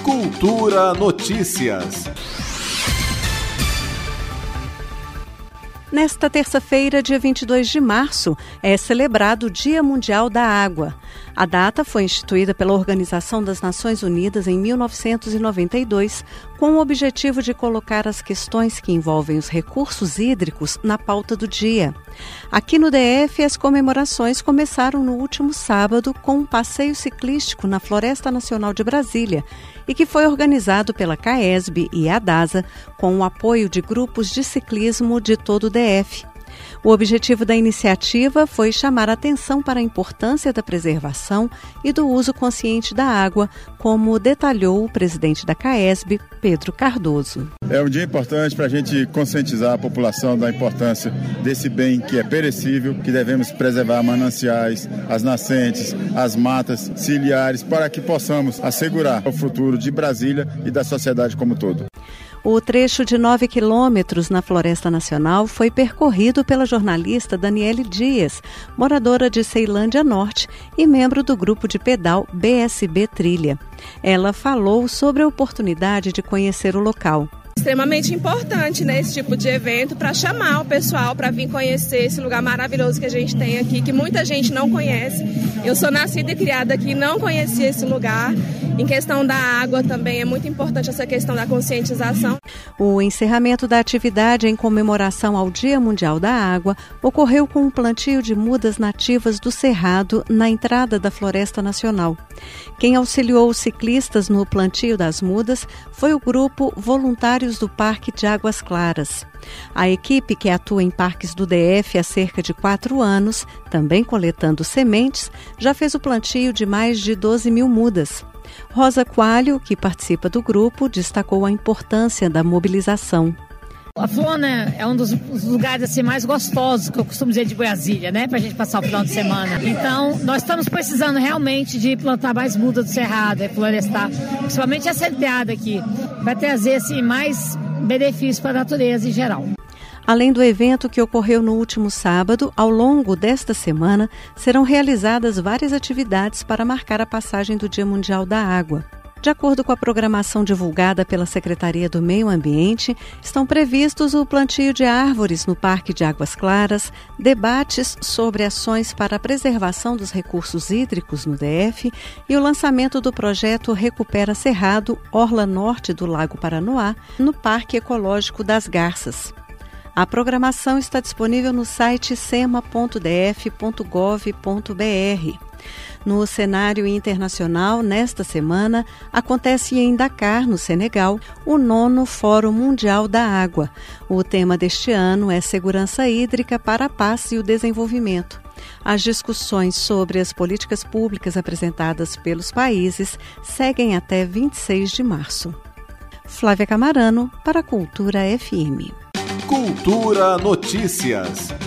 Cultura Notícias. Nesta terça-feira, dia 22 de março, é celebrado o Dia Mundial da Água. A data foi instituída pela Organização das Nações Unidas em 1992, com o objetivo de colocar as questões que envolvem os recursos hídricos na pauta do dia. Aqui no DF, as comemorações começaram no último sábado com um passeio ciclístico na Floresta Nacional de Brasília e que foi organizado pela CAESB e a DASA com o apoio de grupos de ciclismo de todo o DF. O objetivo da iniciativa foi chamar a atenção para a importância da preservação e do uso consciente da água, como detalhou o presidente da CAESB, Pedro Cardoso. É um dia importante para a gente conscientizar a população da importância desse bem que é perecível, que devemos preservar mananciais, as nascentes, as matas ciliares, para que possamos assegurar o futuro de Brasília e da sociedade como um todo. O trecho de 9 quilômetros na Floresta Nacional foi percorrido pela jornalista Daniele Dias, moradora de Ceilândia Norte e membro do grupo de pedal BSB Trilha. Ela falou sobre a oportunidade de conhecer o local. Extremamente importante, né, esse tipo de evento para chamar o pessoal para vir conhecer esse lugar maravilhoso que a gente tem aqui, que muita gente não conhece. Eu sou nascida e criada aqui, não conhecia esse lugar. Em questão da água também é muito importante essa questão da conscientização. O encerramento da atividade em comemoração ao Dia Mundial da Água ocorreu com um plantio de mudas nativas do Cerrado na entrada da Floresta Nacional. Quem auxiliou os ciclistas no plantio das mudas foi o grupo Voluntários do Parque de Águas Claras. A equipe, que atua em parques do DF há cerca de 4 anos, também coletando sementes, já fez o plantio de mais de 12 mil mudas. Rosa Coalho, que participa do grupo, destacou a importância da mobilização. A Flona é um dos lugares assim, mais gostosos que eu costumo dizer de Brasília, né? Pra gente passar o final de semana. Então, nós estamos precisando realmente de plantar mais muda do Cerrado, florestar, principalmente essa enteada aqui. Vai trazer assim, mais benefícios para a natureza em geral. Além do evento que ocorreu no último sábado, ao longo desta semana serão realizadas várias atividades para marcar a passagem do Dia Mundial da Água. De acordo com a programação divulgada pela Secretaria do Meio Ambiente, estão previstos o plantio de árvores no Parque de Águas Claras, debates sobre ações para a preservação dos recursos hídricos no DF e o lançamento do projeto Recupera Cerrado, Orla Norte do Lago Paranoá, no Parque Ecológico das Garças. A programação está disponível no site sema.df.gov.br. No cenário internacional, nesta semana, acontece em Dakar, no Senegal, o 9º Fórum Mundial da Água. O tema deste ano é Segurança Hídrica para a Paz e o Desenvolvimento. As discussões sobre as políticas públicas apresentadas pelos países seguem até 26 de março. Flávia Camarano, para a Cultura FM. Cultura Notícias.